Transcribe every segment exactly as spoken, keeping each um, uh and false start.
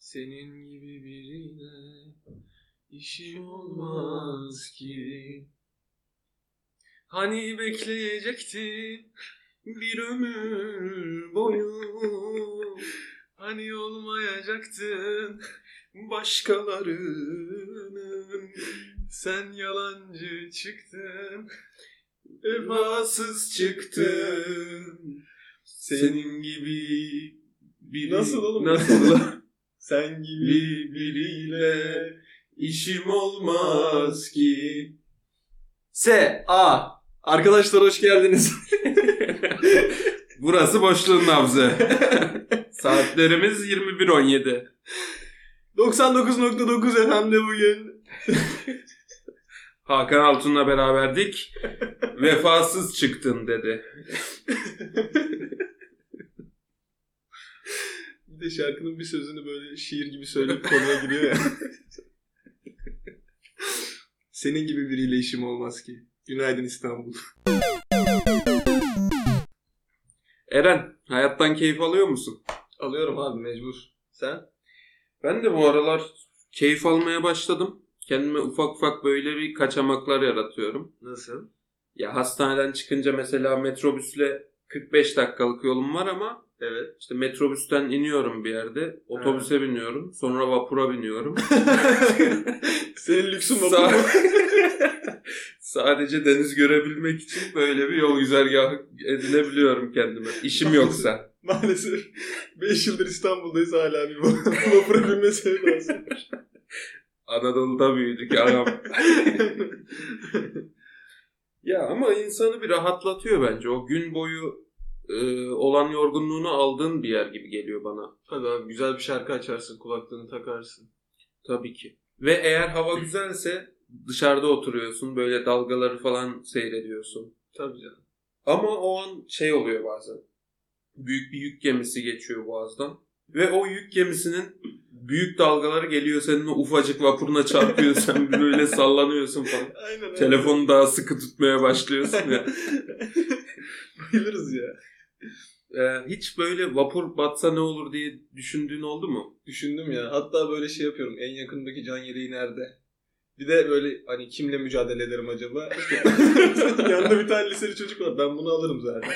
Senin gibi biriyle işim olmaz ki. Hani bekleyecektin bir ömür boyu, hani olmayacaktın başkalarının. Sen yalancı çıktın, vefasız çıktın. Senin gibi biri... Nasıl oğlum? Nasıl? Sen gibi biriyle işim olmaz ki. S A. Arkadaşlar hoş geldiniz. Burası boşluğun nabzı. Saatlerimiz yirmi bir on yedi. doksan dokuz nokta dokuz F M'de bugün Hakan Altun'la beraberdik. Vefasız çıktın dedi. Bir de şarkının bir sözünü böyle şiir gibi söyleyip konuya giriyor ya. Senin gibi biriyle işim olmaz ki. Günaydın İstanbul. Eren, hayattan keyif alıyor musun? Alıyorum abi, mecbur. Sen? Ben de bu aralar keyif almaya başladım. Kendime ufak ufak böyle bir kaçamaklar yaratıyorum. Nasıl? Ya hastaneden çıkınca mesela metrobüsle kırk beş dakikalık yolum var ama Evet. işte metrobüsten iniyorum bir yerde, otobüse ha. biniyorum, sonra vapura biniyorum. Senin lüksün vapur mu? Sadece deniz görebilmek için böyle bir yol güzergahı edinebiliyorum kendime. İşim Maalesef, yoksa. Maalesef beş yıldır İstanbul'dayız, hala bir vapura binme sevdası. Anadolu'da büyüdük anam. Ya ama insanı bir rahatlatıyor bence. O gün boyu e, olan yorgunluğunu aldığın bir yer gibi geliyor bana. Tabii abi, güzel bir şarkı açarsın, kulaklığını takarsın. Tabii ki. Ve eğer hava güzelse dışarıda oturuyorsun, böyle dalgaları falan seyrediyorsun. Tabii canım. Ama o an şey oluyor bazen. Büyük bir yük gemisi geçiyor boğazdan. Ve o yük gemisinin büyük dalgaları geliyor, senin o ufacık vapuruna çarpıyor, sen böyle sallanıyorsun falan. Aynen. Telefonu aynen. daha sıkı tutmaya başlıyorsun ya. Bayılırız ya. Ee, hiç böyle vapur batsa ne olur diye düşündüğün oldu mu? Düşündüm ya. Hatta böyle şey yapıyorum. En yakındaki can yeleği nerede? Bir de böyle hani kimle mücadele ederim acaba? Yanında bir tane liseli çocuk var. Ben bunu alırım zaten.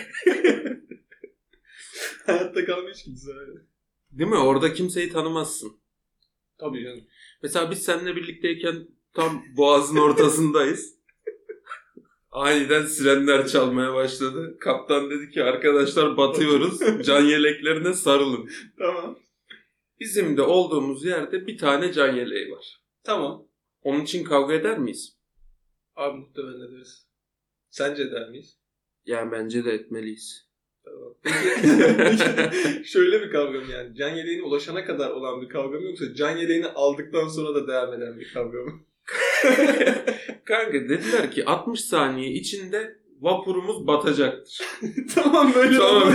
Hayatta kalmış kimse öyle. Değil mi? Orada kimseyi tanımazsın. Tabii canım. Mesela biz seninle birlikteyken tam boğazın ortasındayız. Aniden sirenler çalmaya başladı. Kaptan dedi ki arkadaşlar batıyoruz. Can yeleklerine sarılın. Tamam. Bizim de olduğumuz yerde bir tane can yeleği var. Tamam. Onun için kavga eder miyiz? Abi muhtemelen ederiz. Sence eder miyiz? Yani bence de etmeliyiz. Tamam. Peki, şöyle bir kavga mı yani? Can yeleğine ulaşana kadar olan bir kavga mı, yoksa can yeleğini aldıktan sonra da devam eden bir kavga mı? Kanka dediler ki altmış saniye içinde vapurumuz batacaktır. Tamam böyle. Tamam.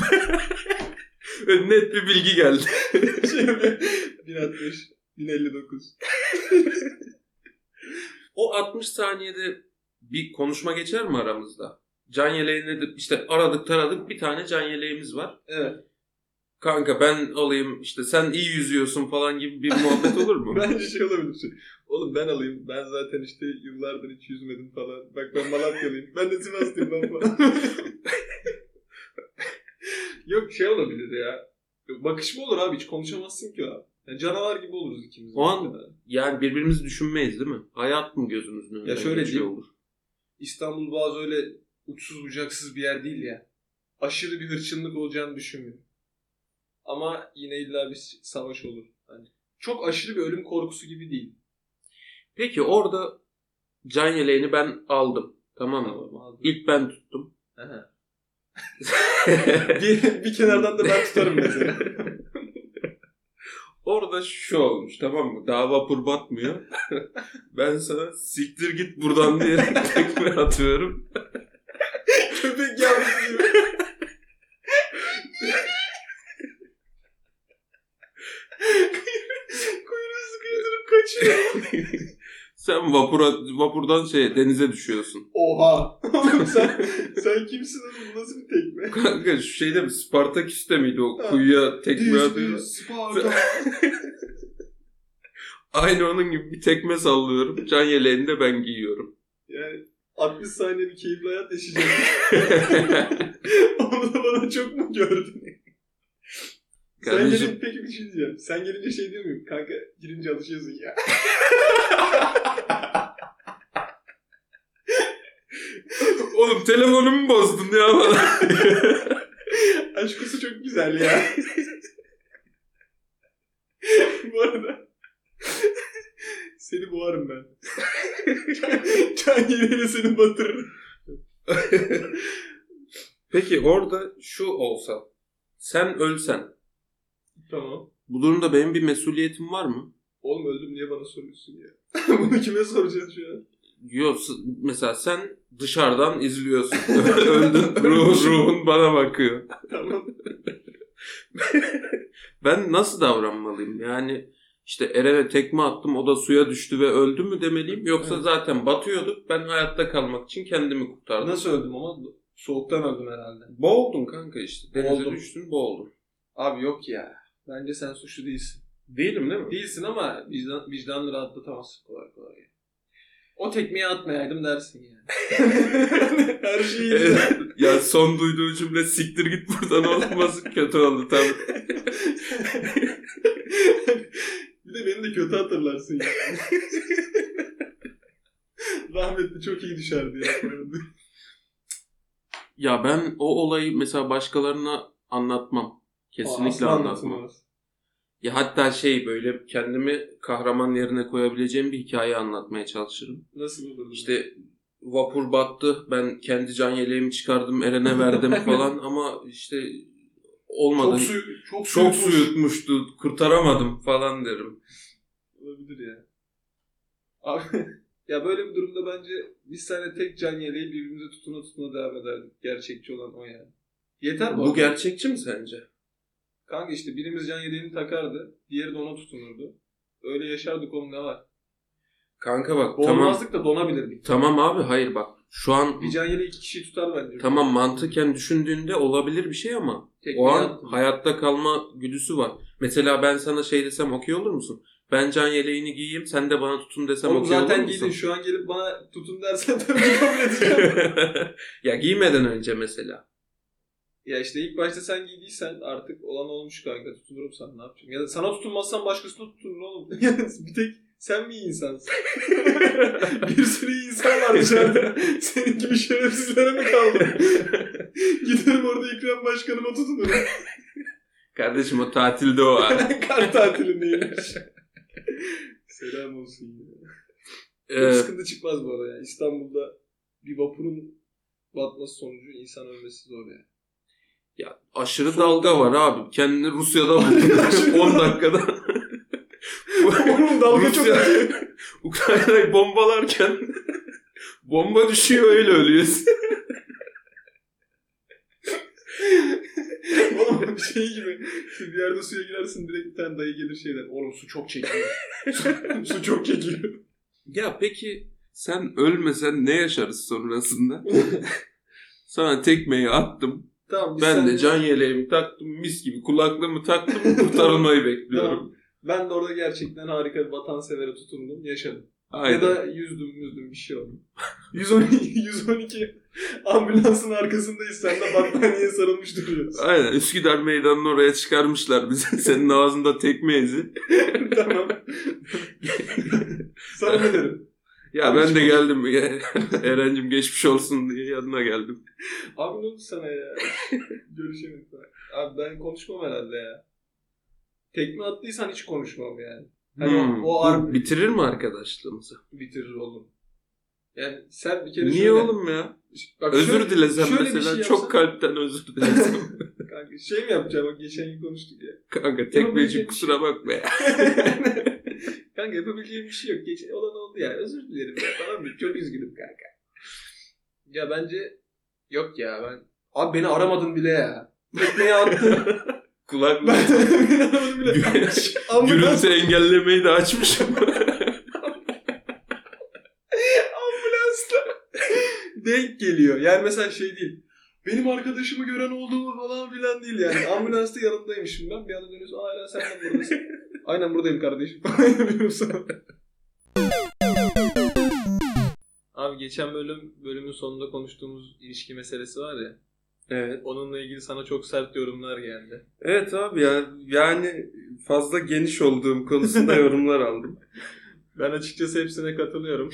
Net bir bilgi geldi. Şey bin altmış, bin elli dokuz. O altmış saniyede bir konuşma geçer mi aramızda? Can yeleğini de işte aradık taradık, bir tane can yeleğimiz var. Evet. Kanka ben alayım, işte sen iyi yüzüyorsun falan gibi bir muhabbet olur mu? Bence şey olabilir. Şey. Oğlum ben alayım. Ben zaten işte yıllardır hiç yüzmedim falan. Bak ben Malatyalıyım. Ben de Sivaslıyım lan falan. Yok şey olabilir ya. Bakışma olur abi. Hiç konuşamazsın ki abi. Yani canavar gibi oluruz ikimiz. O an yani birbirimizi düşünmeyiz değil mi? Hayat mı gözümüzün önünde? Ya şöyle şey diyeyim. olur. İstanbul Boğazı öyle uçsuz bucaksız bir yer değil ya. Aşırı bir hırçınlık olacağını düşünmüyorum. Ama yine illa bir savaş olur. Hani çok aşırı bir ölüm korkusu gibi değil. Peki orada can yeleğini ben aldım. Tamam mı? Tamam, İlk ben tuttum. bir, bir kenardan da ben tutarım mesela. Orada şu olmuş, tamam mı? Daha vapur batmıyor. Ben sana siktir git buradan diyerek tekme atıyorum. Köpek yavrusu gibi. Kuyruğu sıkıştırıp uçuyor. Sen vapura, vapurdan şey denize düşüyorsun. Oha. Oğlum sen, sen kimsin oğlum? Bu nasıl bir tekme? Kanka şu şeyde mi? Spartaküs'te miydi o Ha. kuyuya tekme Düz atıyor? düz Sparta. Aynı onun gibi bir tekme sallıyorum. Can yeleğini de ben giyiyorum. Yani altmış saniye bir keyifli hayat yaşayacak. Onu da bana çok mu gördün? Sen Kardeşim- gelince peki bir şey diyeceğim. Sen gelince şey diyor muyum? Kanka girince alışıyorsun ya. Oğlum telefonumu bozdun ya bana. Aşkısı çok güzel ya. Bu arada seni boğarım ben. Can yeleğiyle seni batırırım. Peki orada şu olsa. Sen ölsen. Tamam. Bu durumda benim bir mesuliyetim var mı? Oğlum öldüm niye bana soruyorsun ya? Bunu kime soracağız şu an? Yok mesela sen dışarıdan izliyorsun. Öldün. Ruh, ruhun bana bakıyor. Tamam. Ben nasıl davranmalıyım? Yani işte Eren'e tekme attım, o da suya düştü ve öldü mü demeliyim? Yoksa Evet. zaten batıyorduk, ben hayatta kalmak için kendimi kurtardım. Nasıl öldüm ama? Soğuktan öldüm herhalde. Boğuldun kanka işte. Denize Boğuldum. düştün, boğuldun. Abi yok ya. Bence sen suçlu değilsin. Değilim değil mi? Değilsin ama vicdan, vicdanını rahatlatamazsın kolay kolay. O tekmeyi atmayaydım dersin yani. Her şeyi güzel. Ya son duyduğu cümle siktir git buradan olması kötü oldu tabii. Bir de beni de kötü hatırlarsın yani. Rahmetli çok iyi düşerdi ya. Ya ben o olayı mesela başkalarına anlatmam. Kesinlikle Asla anlatmam. anlatılmaz. Ya hatta şey böyle kendimi kahraman yerine koyabileceğim bir hikaye anlatmaya çalışırım. Nasıl olur? İşte vapur battı, ben kendi can yeleğimi çıkardım, Eren'e verdim falan ama işte olmadı. çok su, çok, Çok su su yutmuştu, kurtaramadım falan derim. Olabilir ya. Abi ya böyle bir durumda bence biz seninle tek can yeleği birbirimize tutuna tutuna devam ederdik. Gerçekçi olan o yani. Yeter Bu arada. gerçekçi mi sence? Kanka işte birimiz can yeleğini takardı. Diğeri de ona tutunurdu. Öyle yaşardık oğlum ne var? Kanka bak tamam. Boğulmazdık da donabilirdik. Tamam abi hayır bak. Şu an Bir can yeleği iki kişiyi tutar bence. tamam mantıken düşündüğünde olabilir bir şey ama Tekmeyi o an attım. hayatta kalma güdüsü var. Mesela ben sana şey desem okey olur musun? Ben can yeleğini giyeyim sen de bana tutun desem Oğlum okey olur zaten musun? giydin. Şu an gelip bana tutun dersen tabii ki kabul edeceğim. Ya giymeden önce mesela. Ya işte ilk başta sen giydiysen artık olan olmuş kanka. Tutunurum sana ne yapacağım? Ya da sana tutunmazsan başkasına tutunur oğlum. Yani bir tek sen mi iyi insansın? Bir sürü iyi insan var dışarıda. Senin gibi şerefsizlere mi kaldı? Giderim orada İkram Başkanıma tutunurum. Kardeşim o tatilde o an. Kar tatilindeymiş. Selam olsun ya. Çok Ee, sıkıntı çıkmaz bu arada ya. İstanbul'da bir vapurun batması sonucu insan ölmesi zor ya. ya aşırı Soğukta dalga var abi. Kendini Rusya'da buldun. on dakikada. Oğlum dalga çok Rusya- atıyor. Ukrayna'yı bombalarken bomba düşüyor öyle ölüyorsun. Oğlum şey gibi. Bir yerde suya girersin direkt bir tane dayı gelir şeyler. Oğlum su çok çekiyor. Su çok çekiyor. Ya peki sen ölmesen ne yaşarız sonrasında? Sana tekmeyi attım. Tamam, biz Ben seninle- de can yeleğimi taktım. Mis gibi kulaklığımı taktım. Kurtarılmayı bekliyorum. Tamam. Ben de orada gerçekten harika bir vatansevere tutundum. Yaşadım. Aynen. Ya da yüzdüm yüzdüm bir şey oldu. yüz on iki, yüz on iki ambulansın arkasındayız. Sen de battaniyeye sarılmış duruyorsun. Aynen. Üsküdar meydanının oraya çıkarmışlar bizi. Senin ağzında tekme izi. Tamam. Sana ne derim? Ya Abi ben hiç de konuş- geldim. Eren'cim geçmiş olsun diye yanına geldim. Abi ne oldu sana ya? Görüşemedik. Abi ben konuşmam herhalde ya. Tekme attıysan hiç konuşmam yani. Hani Hmm, o, o bu ar- bitirir mi arkadaşlığımızı? bitirir oğlum. Yani sen bir kere Niye şöyle... oğlum ya? Bak Özür şöyle- dilesem şöyle bir mesela şey çok yapsan- kalpten özür dilesem. Kanka şey mi yapacağım? Bak geçen gün konuştuk ya. Kanka Yapabileceğim tekmeci bir kusura bakma ya. Kanka yapabileceğim bir şey yok. Geçen olan oldu ya. Özür dilerim ya. Tamam mı? Çok üzgünüm kanka. Ya bence yok ya ben. Abi beni aramadın bile ya. Tekneye attın. Kulaklığı Ben beni aramadın bile. Ambulans, gürültü engellemeyi de açmışım. denk geliyor. Yani mesela şey değil. Benim arkadaşımı gören olduğumu falan filan değil yani. Ambulansta yanındaymışım ben. Bir anda dönüyorsun. Aa Eren sen de buradasın. Aynen buradayım kardeşim. Yapıyorum sana. Abi geçen bölüm bölümün sonunda konuştuğumuz ilişki meselesi var ya. Evet. Onunla ilgili sana çok sert yorumlar geldi. Evet abi ya yani fazla geniş olduğum konusunda yorumlar aldım. Ben açıkçası hepsine katılıyorum.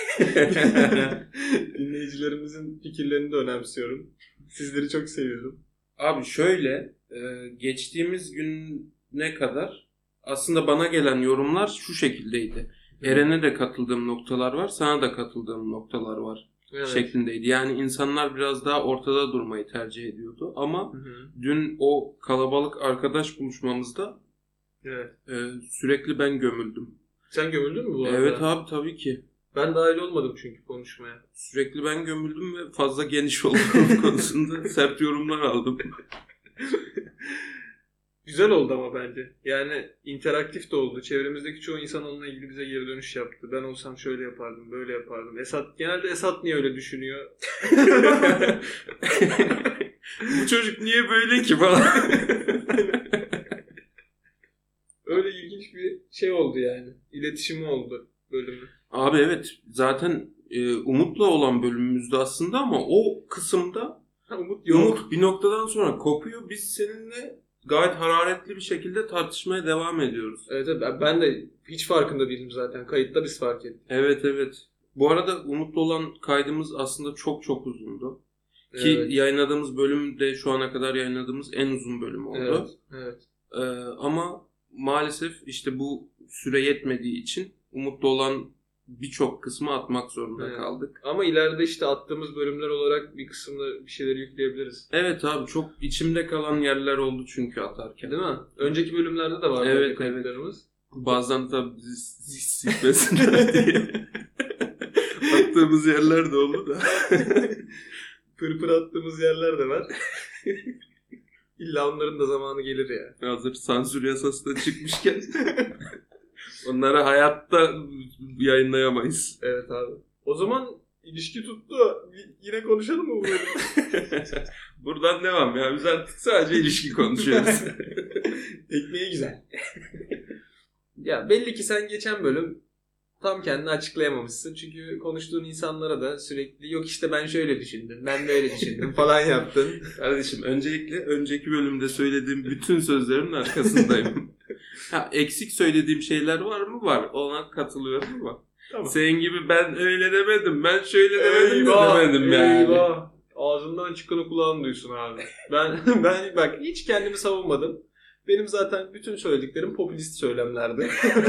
Dinleyicilerimizin fikirlerini de önemsiyorum. Sizleri çok seviyorum. Abi şöyle e, geçtiğimiz güne kadar aslında bana gelen yorumlar şu şekildeydi. Eren'e de katıldığım noktalar var, sana da katıldığım noktalar var. Evet. Şeklindeydi. Yani insanlar biraz daha ortada durmayı tercih ediyordu. Ama hı hı. dün o kalabalık arkadaş buluşmamızda evet. e, sürekli ben gömüldüm. Sen gömüldün mü bu arada? Evet abi tabii ki. Ben dahil olmadım çünkü konuşmaya. Sürekli ben gömüldüm ve fazla geniş olduğum konusunda sert yorumlar aldım. Güzel oldu ama bence. Yani interaktif de oldu. Çevremizdeki çoğu insan onunla ilgili bize geri dönüş yaptı. Ben olsam şöyle yapardım, böyle yapardım. Esat, genelde Esat niye öyle düşünüyor? Bu çocuk niye böyle ki falan. Öyle ilginç bir şey oldu yani. İletişimi oldu bölümün. Abi evet. Zaten e, Umut'la olan bölümümüzde aslında ama o kısımda ha, Umut, yok. Umut bir noktadan sonra kopuyor. Biz seninle gayet hararetli bir şekilde tartışmaya devam ediyoruz. Evet, evet ben de hiç farkında değilim zaten. Kayıtta biz fark ettik. Evet evet. Bu arada Umut'la olan kaydımız aslında çok çok uzundu. Ki evet. Yayınladığımız bölüm de şu ana kadar yayınladığımız en uzun bölüm oldu. Evet, evet. Ee, ama maalesef işte bu süre yetmediği için Umut'la olan birçok kısmı atmak zorunda evet. kaldık. Ama ileride işte attığımız bölümler olarak bir kısımda bir şeyleri yükleyebiliriz. Evet abi çok içimde kalan yerler oldu çünkü atarken. Değil mi? Önceki bölümlerde de vardı evet, kayıtlarımız. Evet. Bazen tabii sikmesinler diye attığımız yerler de oldu da. Pırpır attığımız yerler de var. İlla onların da zamanı gelir ya. Hazır sansür yasası da çıkmışken onları hayatta yayınlayamayız. Evet abi. O zaman ilişki tuttu. Yine konuşalım mı bu bölümü? Buradan devam ya. Biz artık sadece ilişki konuşuyoruz. Ekmeği güzel. Ya belli ki sen geçen bölüm tam kendini açıklayamamışsın. Çünkü konuştuğun insanlara da sürekli yok işte ben şöyle düşündüm, ben böyle düşündüm falan yaptın. Kardeşim öncelikle önceki bölümde söylediğim bütün sözlerin arkasındayım. Ha, eksik söylediğim şeyler var mı? Var. Ona katılıyorum ama. Tamam. Senin gibi ben öyle demedim, ben şöyle demedim eyvah, de demedim yani. Eyvah. Ağzından çıkanı kulağın duysun abi. Ben ben bak hiç kendimi savunmadım. Benim zaten bütün söylediklerim popülist söylemlerdi.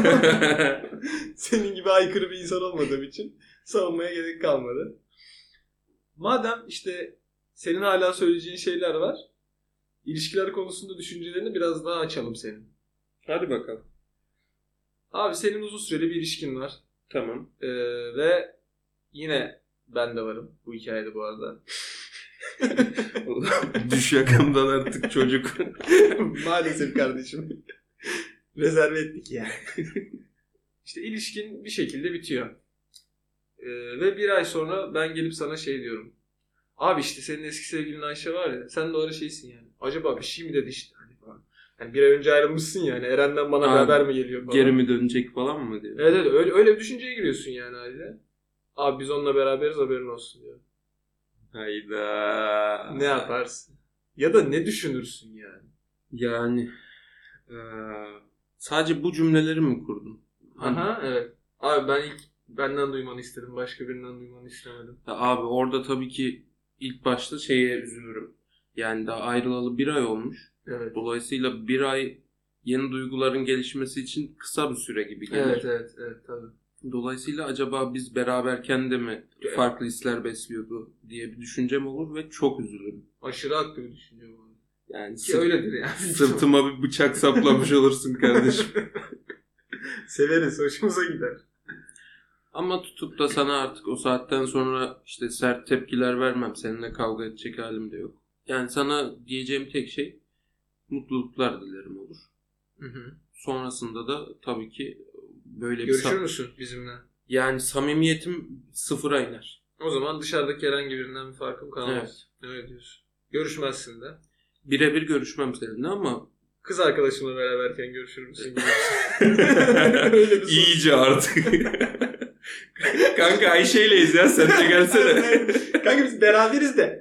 Senin gibi aykırı bir insan olmadığım için savunmaya gerek kalmadı. Madem işte senin hala söyleyeceğin şeyler var, ilişkiler konusunda düşüncelerini biraz daha açalım senin. Hadi bakalım. Abi senin uzun süreli bir ilişkin var. Tamam. Ee, ve yine ben de varım bu hikayede bu arada. Düş yakamdan artık çocuk. Maalesef kardeşim. Rezerve ettik yani. İşte ilişkin bir şekilde bitiyor. Ee, ve bir ay sonra ben gelip sana şey diyorum. Abi işte senin eski sevgilin Ayşe var ya. Sen de o ara şeysin yani. Acaba bir şey mi dedi işte. Hani falan. Yani bir ay önce ayrılmışsın yani. Eren'den bana bir haber mi geliyor falan. Geri mi dönecek falan mı diyor. Evet evet öyle, öyle bir düşünceye giriyorsun yani haliyle. Abi biz onunla beraberiz haberin olsun diyor. Hayda. Ne yaparsın? Ya da ne düşünürsün yani? Yani ee, sadece bu cümleleri mi kurdun? Hani... Aha evet. Abi ben ilk benden duymanı istedim. Başka birinden duymanı istemedim. Ya abi orada tabii ki ilk başta şeye üzülürüm. Yani daha ayrılalı bir ay olmuş. Evet. Dolayısıyla bir ay yeni duyguların gelişmesi için kısa bir süre gibi gelir. Evet evet evet tabii. Dolayısıyla acaba biz beraberken de mi farklı hisler besliyordu diye bir düşüncem olur ve çok üzülürüm. Aşırı haklı bir düşünce bu. Yani ki sırt, öyledir yani. Sırtıma bir bıçak saplamış olursun kardeşim. Severiz, hoşumuza gider. Ama tutup da sana artık o saatten sonra işte sert tepkiler vermem. Seninle kavga edecek halim de yok. Yani sana diyeceğim tek şey mutluluklar dilerim olur. Hı hı. Sonrasında da tabii ki böyle görüşür bir... Görüşür müsün bizimle? Yani samimiyetim sıfıra iner. O zaman dışarıdaki herhangi birinden bir farkım kalmaz. Evet. Öyle diyorsun. Görüşmezsin de. Birebir görüşmem seninle ama Kız arkadaşımla beraberken görüşür müsün gibi. Öyle bir soru. iyice artık. Kanka Ayşe'yleyiz ya, sen de gelsene. Kanka biz beraberiz de.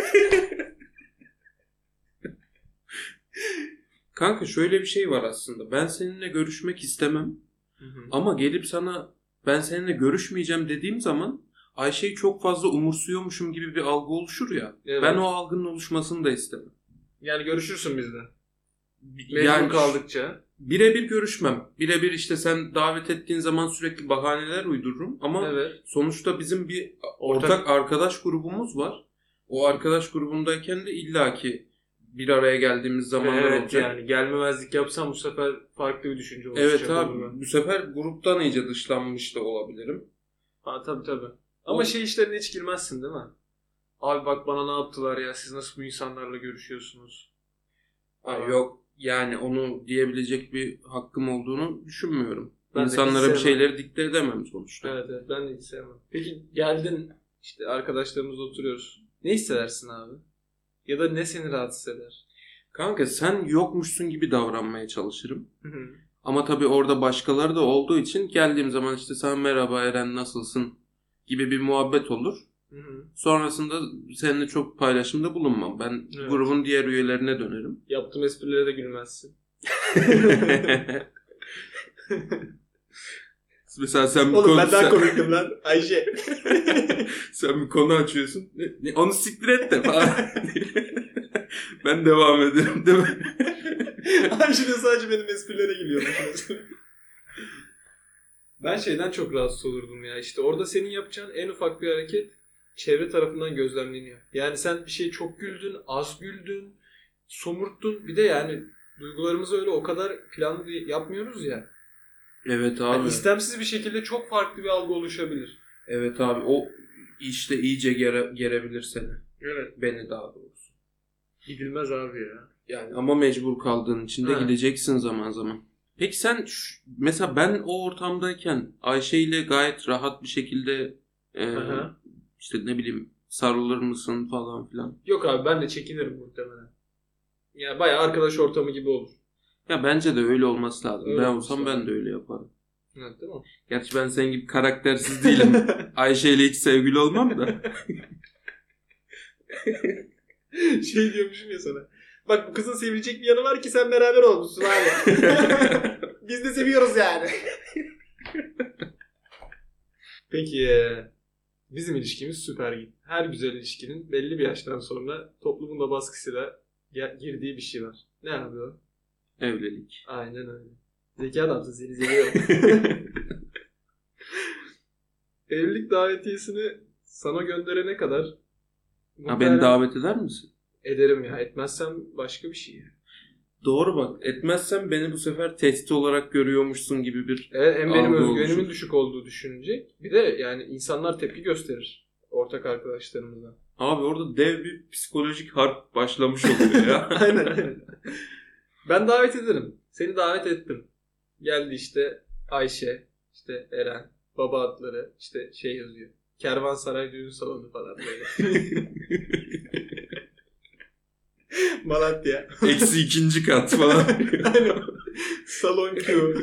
Kanka şöyle bir şey var aslında. Ben seninle görüşmek istemem. Hı hı. Ama gelip sana ben seninle görüşmeyeceğim dediğim zaman Ayşe'yi çok fazla umursuyormuşum gibi bir algı oluşur ya. Evet. Ben o algının oluşmasını da istemem. Yani görüşürsün bizle. Mecbur Yani kaldıkça. birebir görüşmem. Birebir işte sen davet ettiğin zaman sürekli bahaneler uydururum. Ama Evet. sonuçta bizim bir Ortak- ortak arkadaş grubumuz var. O arkadaş grubundayken de illaki bir araya geldiğimiz zamanlar Evet olacak. yani gelmemezlik yapsam bu sefer farklı bir düşünce olacak. Evet abi, bu sefer gruptan iyice dışlanmış da olabilirim. Ha tabii tabii. Ama O- şey işlerine hiç girmezsin değil mi? Abi bak bana ne yaptılar ya, siz nasıl bu insanlarla görüşüyorsunuz? Ha, Aa. yok yani onu diyebilecek bir hakkım olduğunu düşünmüyorum. Ben de hiç İnsanlara bir sevmem. şeyleri dikte edemem sonuçta. Evet evet, ben de hiç sevmem. Peki geldin işte arkadaşlarımızla oturuyoruz. Ne hissedersin abi? Ya da ne seni rahatsız eder? Kanka sen yokmuşsun gibi davranmaya çalışırım. Hı hı. Ama tabii orada başkaları da olduğu için geldiğim zaman işte sen merhaba Eren nasılsın gibi bir muhabbet olur. Hı hı. Sonrasında seninle çok paylaşımda bulunmam. Ben Evet. grubun diğer üyelerine dönerim. Yaptığım esprilere de gülmezsin. Mesela sen bir Oğlum konu, ben daha sen, komiktim lan. Ayşe. sen bir konu açıyorsun. Ne, ne, onu siktir et de falan. Ben devam ederim değil mi? Ayşe de sadece benim esprilere gülüyormuş. Ben şeyden çok rahatsız olurdum ya. İşte orada senin yapacağın en ufak bir hareket çevre tarafından gözlemleniyor. Yani sen bir şeye çok güldün, az güldün, somurttun. Bir de yani duygularımızı öyle o kadar planlı yapmıyoruz ya. Evet abi. Yani istemsiz bir şekilde çok farklı bir algı oluşabilir. Evet abi. O işte iyice gere, gerebilir seni. Evet. Beni daha doğrusu. Gidilmez abi ya. Yani ama mecbur kaldığın için de Ha. gideceksin zaman zaman. Peki sen şu- mesela ben o ortamdayken Ayşe ile gayet rahat bir şekilde e, Aha. işte ne bileyim sarılır mısın falan filan. Yok abi ben de çekinirim muhtemelen. Yani bayağı arkadaş ortamı gibi olur. Ya bence de öyle olması lazım. Öyle ben olması olsam ben lazım. de öyle yaparım. Evet değil mi? Gerçi ben senin gibi karaktersiz değilim. Ayşe ile hiç sevgili olmam da. Şey diyormuşum ya sana. Bak bu kızın sevilecek bir yanı var ki sen beraber olmuşsun abi. Biz de seviyoruz yani. Peki e, bizim ilişkimiz süper gitti. Her güzel ilişkinin belli bir yaştan sonra toplumun da baskısıyla ge- girdiği bir şey var. Ne abi o? Evlilik. Aynen öyle. Zeki adamsın, seni seviyorum. Evlilik davetiyesini sana gönderene kadar Ha, beni davet eder misin? ederim ya. Etmezsem başka bir şey. Doğru bak. Etmezsem beni bu sefer tehdit olarak görüyormuşsun gibi bir... Evet, hem benim Algı özgüvenimin oluşur. düşük olduğu düşünecek. Bir de yani insanlar tepki gösterir ortak arkadaşlarımıza. Abi orada dev bir psikolojik harp başlamış oluyor ya. Aynen aynen. Ben davet ederim. Seni davet ettim. Geldi işte Ayşe, işte Eren, baba adları, işte şey yazıyor. Kervansaray düğün salonu falan böyle. Malatya. Eksi ikinci kat falan. Aynen. Salon Q.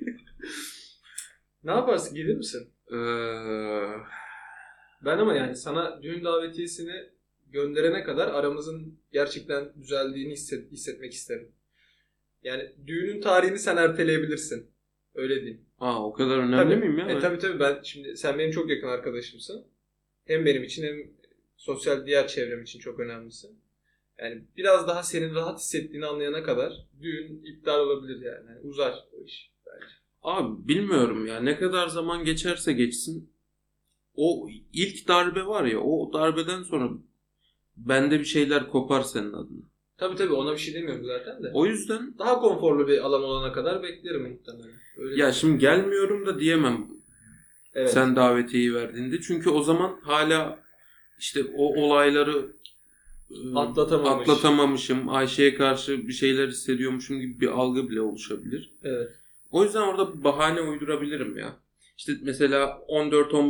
Ne yaparsın? Gelir misin? Ee, Ben ama yani sana düğün davetiyesini gönderene kadar aramızın gerçekten düzeldiğini hisset, hissetmek isterim. Yani düğünün tarihini sen erteleyebilirsin. Öyle diyeyim. aa, o kadar önemli Tabii. miyim ya? E, tabii tabii ben şimdi sen benim çok yakın arkadaşımsın. Hem benim için hem sosyal diğer çevrem için çok önemlisin. Yani biraz daha senin rahat hissettiğini anlayana kadar düğün iptal olabilir yani. Yani uzar o iş bence. Abi bilmiyorum ya. Ne kadar zaman geçerse geçsin. O ilk darbe var ya. O darbeden sonra bende bir şeyler kopar senin adına. Tabii tabii ona bir şey demiyorum zaten de. O yüzden Daha konforlu bir alan olana kadar beklerim muhtemelen. Öyle ya şimdi gelmiyorum da diyemem. evet. Sen davetiyeyi verdiğinde. Çünkü o zaman hala işte o olayları e, Atlatamamış. atlatamamışım. Ayşe'ye karşı bir şeyler hissediyormuşum gibi bir algı bile oluşabilir. Evet. O yüzden orada bir bahane uydurabilirim ya. İşte mesela on dört on beş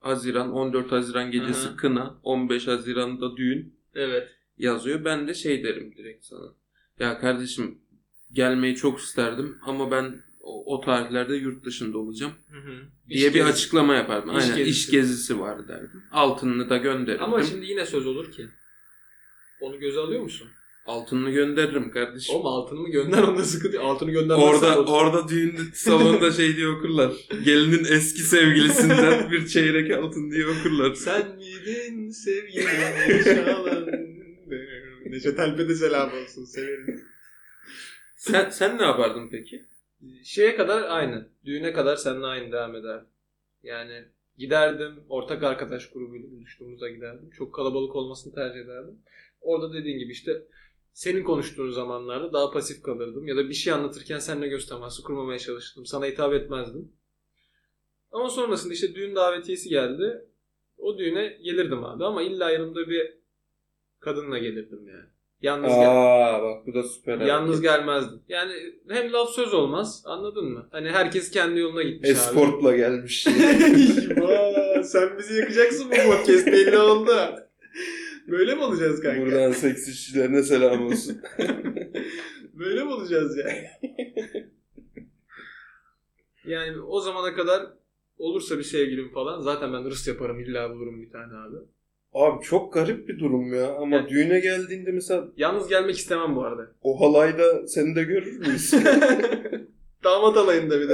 Haziran, on dört Haziran gecesi Hı hı. kına, on beş Haziran'da düğün Evet. yazıyor. Ben de şey derim direkt sana. Ya kardeşim gelmeyi çok isterdim ama ben o, o tarihlerde yurt dışında olacağım Hı hı. diye İş bir gezisi. açıklama yapardım. İş Aynen gezisi. iş gezisi var derdim. Altınını da gönderirdim. Ama şimdi yine söz olur ki. Onu göze alıyor musun? Altınını gönderirim kardeşim. Oğlum altınımı gönder, onda sıkıntı yok. Altını göndermezsen Orada bozulur. orada düğün salonunda şey diye okurlar. Gelinin eski sevgilisinden bir çeyrek altın diye okurlar. Sen miydin sevgilim çalan? Neşet Alp'e de selam olsun, severim. Sen sen ne yapardın peki? Şeye kadar aynı. Düğüne kadar seninle aynı devam eder. Yani giderdim, ortak arkadaş grubuyla buluştuğumuzda giderdim. Çok kalabalık olmasını tercih ederdim. Orada dediğin gibi işte senin konuştuğun zamanlarda daha pasif kalırdım. Ya da bir şey anlatırken seninle göz teması kurmamaya çalıştım. Sana hitap etmezdim. Ama sonrasında işte düğün davetiyesi geldi. O düğüne gelirdim abi ama illa yanımda bir kadınla gelirdim yani. Yalnız gel. Aa bak bu da süper. Yalnız gelmezdim. Yani hem laf söz olmaz, anladın mı? Hani herkes kendi yoluna gitmiş abi. Escort'la gelmiş. Vaa, sen bizi yakacaksın bu podcast, belli oldu. Böyle mi olacağız kanka? Buradan seks işçilerine selam olsun. Böyle mi olacağız yani? Yani o zamana kadar olursa bir sevgilim falan, zaten ben hırs yaparım, illa bulurum bir tane abi. Abi çok garip bir durum ya ama Evet. düğüne geldiğinde mesela Yalnız gelmek istemem bu arada. o halayda seni de görür müyüz? Damat alayında bir de.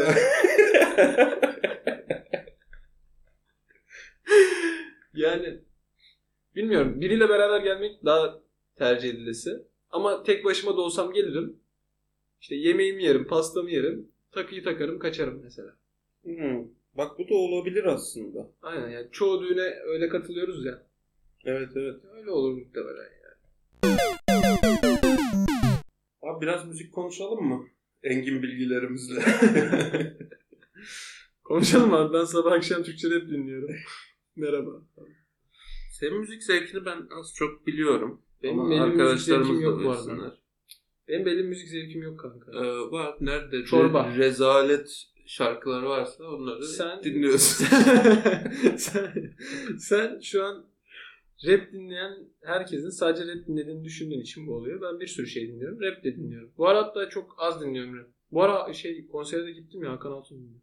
Yani bilmiyorum. Biriyle beraber gelmek daha tercih edilesi. Ama tek başıma da olsam gelirim. İşte yemeğimi yerim, pastamı yerim. Takıyı takarım, kaçarım mesela. Hmm, bak bu da olabilir aslında. Aynen yani çoğu düğüne öyle katılıyoruz ya. Evet evet. Öyle olur muhtemelen yani. Abi biraz müzik konuşalım mı? Engin bilgilerimizle. Konuşalım abi. Ben sabah akşam Türkçe rap dinliyorum. Merhaba. Senin müzik zevkini ben az çok biliyorum. Benim, Ama benim müzik arkadaşlarımız zevkim da yok bu arada. bilsinler. Benim belli bir müzik zevkim yok kanka. Ee, var. Nerede? Çorba. Re- rezalet şarkıları varsa onları Sen dinliyorsun. sen, sen şu an rap dinleyen herkesin sadece rap dinlediğini düşündüğün için bu oluyor. Ben bir sürü şey dinliyorum. Rap de dinliyorum. Bu ara hatta çok az dinliyorum rap. Bu ara şey konsere de gittim ya, Hakan Altun dinliyorum.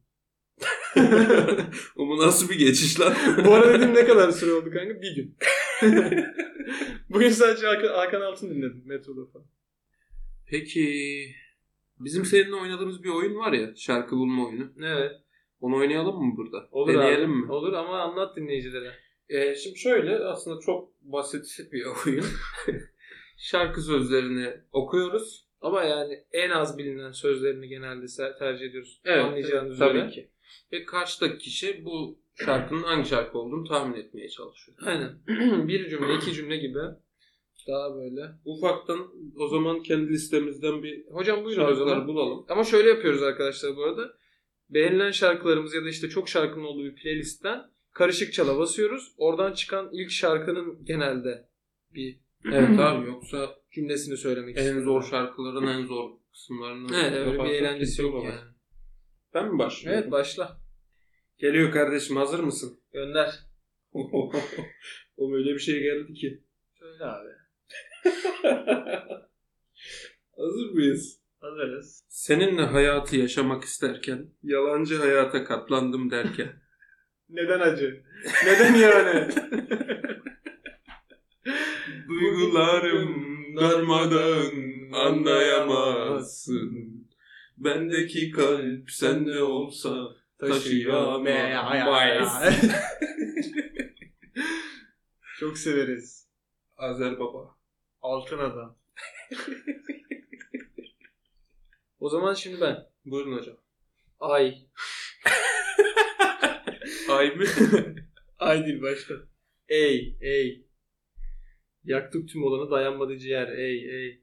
Bu nasıl bir geçiş lan? Bu ara dedim ne kadar süre oldu kanka? Bir gün. Bugün sadece Hakan, Hakan Altun dinledim metroda falan. Peki bizim seninle oynadığımız bir oyun var ya, şarkı bulma oyunu. Evet. Onu oynayalım mı burada? Olur Deneyelim abi. mi? Olur ama anlat dinleyicilere. Ee, şimdi şöyle aslında çok basit bir oyun. Şarkı sözlerini okuyoruz. Ama yani en az bilinen sözlerini genelde se- tercih ediyoruz. Evet, Anlayacağınız tabii üzere. ki. Ve karşıdaki kişi bu şarkının hangi şarkı olduğunu tahmin etmeye çalışıyor. Aynen. Bir cümle, iki cümle gibi. Daha böyle. Ufaktan o zaman kendi listemizden bir Hocam buyurun o şarkıları zaman. bulalım. Ama şöyle yapıyoruz arkadaşlar bu arada. Beğenilen şarkılarımız ya da işte çok şarkının olduğu bir playlistten karışık çala basıyoruz. Oradan çıkan ilk şarkının genelde bir Evet abi, yoksa cümlesini söylemek en istiyorum. zor şarkıların en zor kısımlarını Evet, öyle bir yaparsak eğlencesi kimse yok olamaz. yani. Ben mi başlıyorum? Evet, başla. Geliyor kardeşim, hazır mısın? Gönder. O böyle bir şey geldi ki. Söyle abi. Hazır mıyız? Hazırız. Seninle hayatı yaşamak isterken, yalancı hayata katlandım derken. Neden acı? Neden yani? Duygularım darmadan anlayamazsın. Bendeki kalp sende olsa taşıyamayız. Çok severiz. Azer Baba. Altın adam. O zaman şimdi ben. Buyurun hocam. Ay. Ay mı? Ay değil, başla. Ey, ey. Yaktık tüm olanı, dayanmadı ciğer. Ey, ey.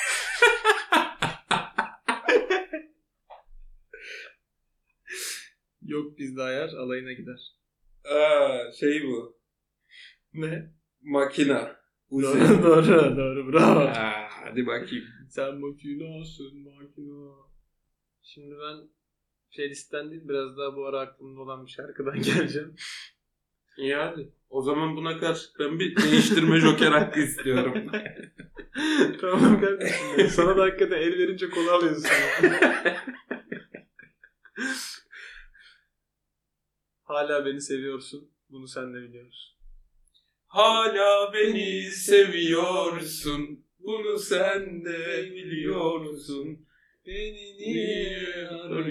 Yok bizde ayar, alayına gider. Aa, şey bu. Ne? Makina. Uzi. Doğru, doğru, doğru, bravo. Aa, hadi bakayım. Sen makinasın, makina. Şimdi ben playlistten değil, biraz daha bu ara aklımda olan bir şarkıdan geleceğim. Yani o zaman buna karşı ben bir değiştirme joker hakkı istiyorum. Tamam kardeşim. Sana da hakikaten el verince konu alıyorsun. Hala beni seviyorsun. Bunu sen de biliyorsun. Hala beni seviyorsun. Bunu sen de biliyorsun. Beni Niye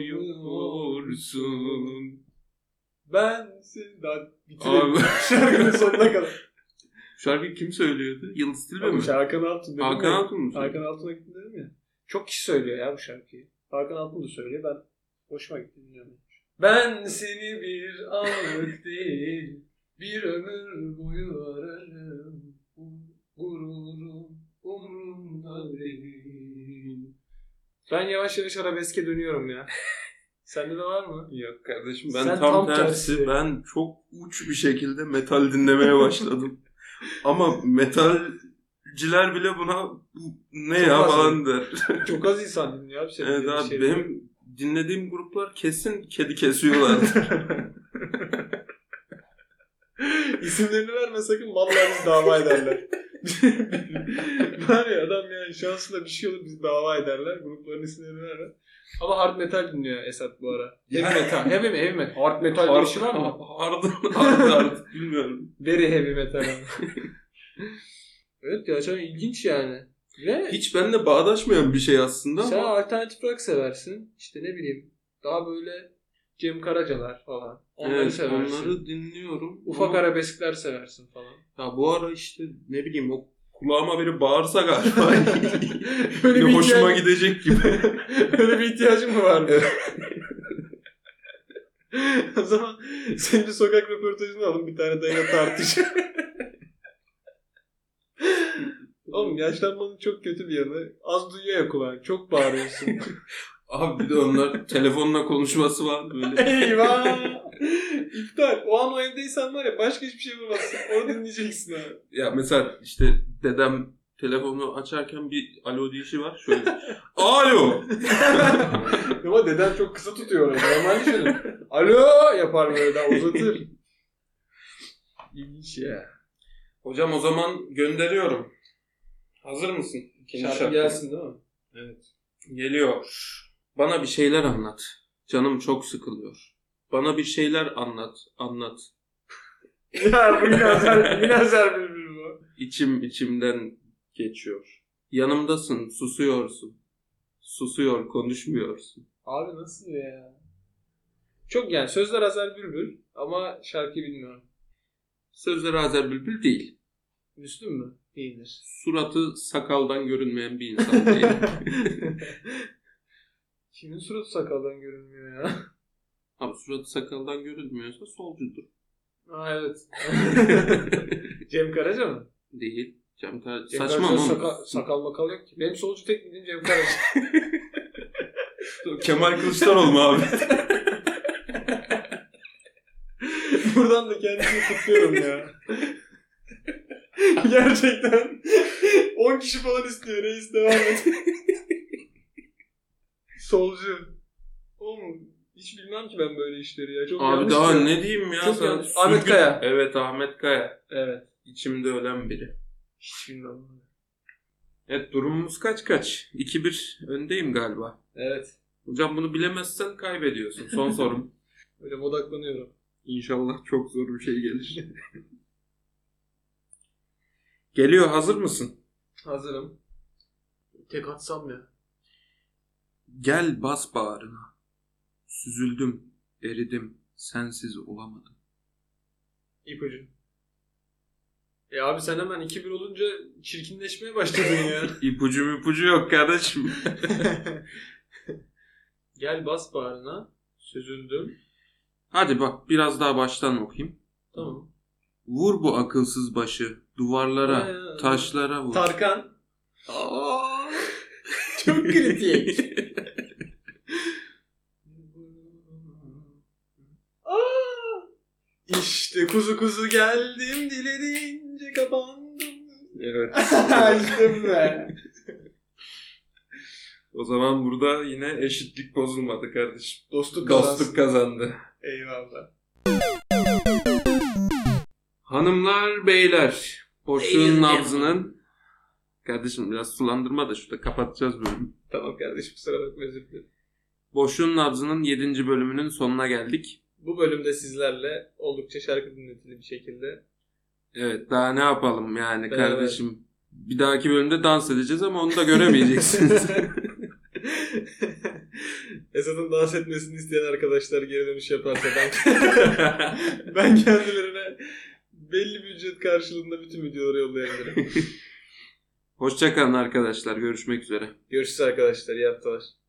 arıyorsun? Ben seni daha bitirelim. Abi. Şarkının sonuna kadar. Şarkıyı kim söylüyordu? Yıldız Tilbe mi? Hakan Altun dedim Hakan ya. Altun mu? Hakan Altun'a gittim dedim ya. Çok kişi söylüyor ya bu şarkıyı. Hakan Altun da söylüyor. Ben hoşuma gitti dinliyorum. Ben seni bir anlık değil, bir ömür boyu ararım. Gururum umurumda değil. Ben yavaş yavaş arabeske dönüyorum ya. Sende de var mı? Yok kardeşim ben Sen tam, tam tersi. tersi. Ben çok uç bir şekilde metal dinlemeye başladım. Ama metalciler bile buna bu ne Çok ya az falan der. Çok az insan dinliyor abi. Senin Evet dediğin abi şey. benim dinlediğim gruplar kesin kedi kesiyorlardı. İsimlerini verme sakın. Vallahi biz dava ederler. Var ya adam yani şansına bir şey olur biz dava ederler. Grupların isimlerini verme. Ama hard metal dinliyor Esat bu ara. Heavy metal. Heavy mi? Heavy metal. Hard metal diye bir şey var mı? Hard, hard, hard. Bilmiyorum. Very heavy metal. Evet gerçekten ilginç yani. Ve Hiç benimle bağdaşmayan bir şey aslında sen ama. alternatif rock seversin. İşte ne bileyim. Daha böyle Cem Karacalar falan. Onları Evet, seversin. onları dinliyorum. Ufak ama... arabeskler seversin falan. Ya bu ara işte ne bileyim o kulağıma biri bağırsa galiba Öyle bir hoşuma ihtiyacın- gidecek gibi. Öyle bir ihtiyacın mı var mı? O zaman senin bir sokak röportajını alın bir tane dayına tartış. Oğlum yaşlanmanın çok kötü bir yanı. Az duyuyor ya kulağın. Çok bağırıyorsun. Abi bir de onlar telefonla konuşması var böyle. Eyvah! İptal. O an o evdeysen var ya başka hiçbir şey yapamazsın. Orada dinleyeceksin abi. Ya mesela işte dedem telefonu açarken bir alo diyişi var. Şöyle alo. Ama deden çok kısa tutuyor orayı. Normal düşünün. Alo yapar böyle daha uzatır. İlginç ya. Hocam o zaman gönderiyorum. Hazır mısın? İkinci Şarkı şarkı. gelsin değil mi? Evet. Geliyor. Bana bir şeyler anlat. Canım çok sıkılıyor. Bana bir şeyler anlat. Anlat. Ya bu Günazer, Günazer Bülbül bu. İçim içimden geçiyor. Yanımdasın, susuyorsun. Susuyor, konuşmuyorsun. Abi nasıl ya? Çok yani sözler Azer Bülbül ama şarkıyı bilmiyorum. Sözleri Azer Bülbül değil. Müslüm mü? Değildir. Suratı sakaldan görünmeyen bir insan değil. Kimin suratı sakaldan görünmüyor ya? Abi suratı sakaldan görünmüyorsa solcudur. Aa evet. Cem Karaca mı? Değil. Cem Karaca. Cem Saçma Karaca'da mı? Sakal, sakal makal yok ki. Benim solcu tek bildiğim Cem Karaca. Kemal Kılıçdaroğlu mu abi? Buradan da kendimi kutluyorum ya. Gerçekten. on kişi falan istiyor. Reis devam et. Solcu. Oğlum hiç bilmem ki ben böyle işleri ya. Çok Abi yanlış daha ya. ne diyeyim ya? Çok Sen yanlış. Ahmet sürgün- Kaya. Evet Ahmet Kaya. Evet. İçimde ölen biri. Hiç bilmem. Evet durumumuz kaç kaç? iki bir öndeyim galiba. Evet. Hocam bunu bilemezsen kaybediyorsun. Son sorum. Öyle odaklanıyorum. İnşallah çok zor bir şey gelir. Geliyor, hazır mısın? Hazırım. Tek atsam ya. Gel bas bağrına. Süzüldüm, eridim, sensiz olamadım. İpucu. E abi sen hemen iki bir olunca çirkinleşmeye başladın ya. İpucu ipucu yok kardeşim. Gel bas bağrına. Süzüldüm. Hadi bak biraz daha baştan okuyayım. Tamam. Vur bu akılsız başı duvarlara, Ee, taşlara vur. Tarkan. Aa, çok kritik. Aa, İşte kuzu kuzu geldim dilediğince kapandım. Evet. İşte bu be. O zaman burada yine eşitlik bozulmadı kardeşim. Dostluk kazansın. Dostluk kazandı. Eyvallah. Hanımlar, beyler, boşluğun Beyler, nabzının... Kardeşim biraz sulandırma da şurada kapatacağız bölümü. Tamam kardeşim, kusura bakma, özür dilerim. Boşluğun nabzının yedinci bölümünün sonuna geldik. Bu bölümde sizlerle oldukça şarkı dinletili bir şekilde. Evet, daha ne yapalım yani Beraber. kardeşim. Bir dahaki bölümde dans edeceğiz ama onu da göremeyeceksiniz. Esat'ın dans etmesini isteyen arkadaşlar geri dönüş yaparsa ben, ben kendilerine belli bir ücret karşılığında bütün videoları yollayabilirim. Hoşça kalın arkadaşlar. Görüşmek üzere. Görüşürüz arkadaşlar. İyi haftalar.